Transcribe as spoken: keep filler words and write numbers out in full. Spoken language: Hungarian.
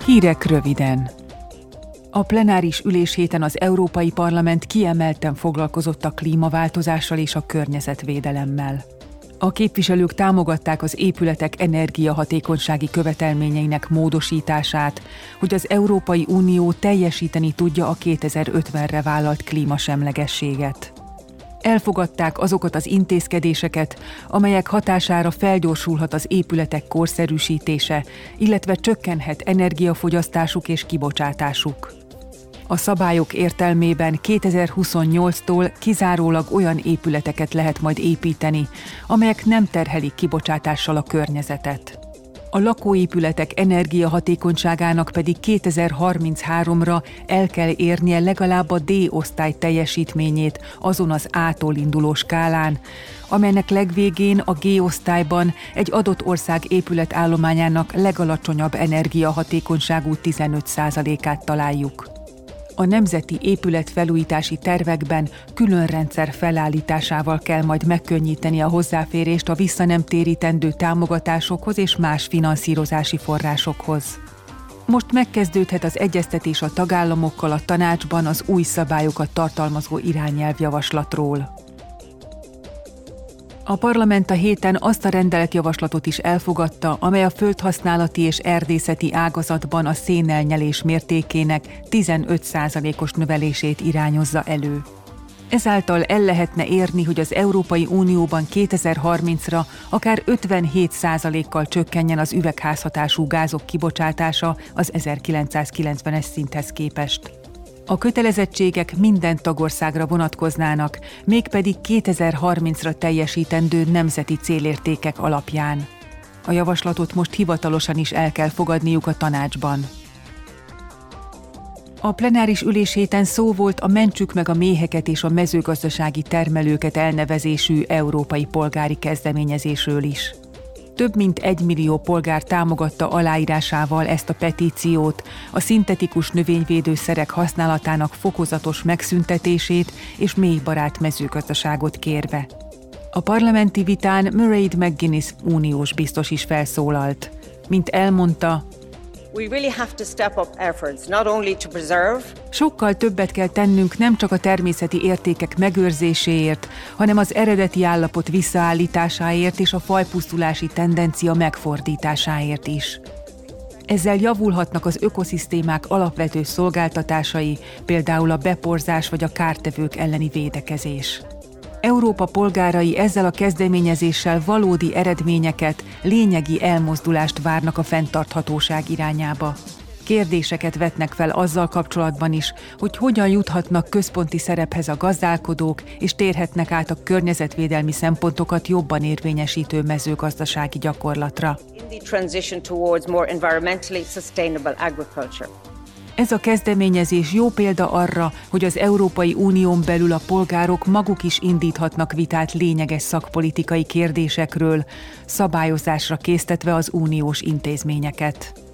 Hírek röviden. A plenáris üléshéten az Európai Parlament kiemelten foglalkozott a klímaváltozással és a környezetvédelemmel. A képviselők támogatták az épületek energiahatékonysági követelményeinek módosítását, hogy az Európai Unió teljesíteni tudja a kétezer-ötvenre vállalt klímasemlegességet. Elfogadták azokat az intézkedéseket, amelyek hatására felgyorsulhat az épületek korszerűsítése, illetve csökkenhet energiafogyasztásuk és kibocsátásuk. A szabályok értelmében kétezer-huszonnyolctól kizárólag olyan épületeket lehet majd építeni, amelyek nem terhelik kibocsátással a környezetet. A lakóépületek energiahatékonyságának pedig kétezer-harmincháromra el kell érnie legalább a D-osztály teljesítményét azon az A-tól induló skálán, amelynek legvégén a G-osztályban egy adott ország épületállományának legalacsonyabb energiahatékonyságú tizenöt százalékát találjuk. A nemzeti épületfelújítási tervekben külön rendszer felállításával kell majd megkönnyíteni a hozzáférést a vissza nem térítendő támogatásokhoz és más finanszírozási forrásokhoz. Most megkezdődhet az egyeztetés a tagállamokkal a tanácsban az új szabályokat tartalmazó irányelvjavaslatról. A parlament a héten azt a rendeletjavaslatot is elfogadta, amely a földhasználati és erdészeti ágazatban a szénelnyelés mértékének tizenöt százalékos növelését irányozza elő. Ezáltal el lehetne érni, hogy az Európai Unióban kétezer-harmincra akár ötvenhét százalékkal csökkenjen az üvegházhatású gázok kibocsátása az ezerkilencszázkilencvenes szinthez képest. A kötelezettségek minden tagországra vonatkoznának, mégpedig kétezer-harmincra teljesítendő nemzeti célértékek alapján. A javaslatot most hivatalosan is el kell fogadniuk a tanácsban. A plenáris üléshéten szó volt a Mentsük meg a méheket és a mezőgazdasági termelőket elnevezésű európai polgári kezdeményezésről is. Több mint egy millió polgár támogatta aláírásával ezt a petíciót, a szintetikus növényvédőszerek használatának fokozatos megszüntetését és méhbarát mezőgazdaságot kérve. A parlamenti vitán Mairead McGuinness uniós biztos is felszólalt. Mint elmondta, We really have to step up efforts, not only to preserve. Sokkal többet kell tennünk nem csak a természeti értékek megőrzéséért, hanem az eredeti állapot visszaállításáért és a fajpusztulási tendencia megfordításáért is. Ezzel javulhatnak az ökoszisztémák alapvető szolgáltatásai, például a beporzás vagy a kártevők elleni védekezés. Európa polgárai ezzel a kezdeményezéssel valódi eredményeket, lényegi elmozdulást várnak a fenntarthatóság irányába. Kérdéseket vetnek fel azzal kapcsolatban is, hogy hogyan juthatnak központi szerephez a gazdálkodók, és térhetnek át a környezetvédelmi szempontokat jobban érvényesítő mezőgazdasági gyakorlatra. In the transition towards more environmentally sustainable agriculture. Ez a kezdeményezés jó példa arra, hogy az Európai Unión belül a polgárok maguk is indíthatnak vitát lényeges szakpolitikai kérdésekről, szabályozásra késztetve az uniós intézményeket.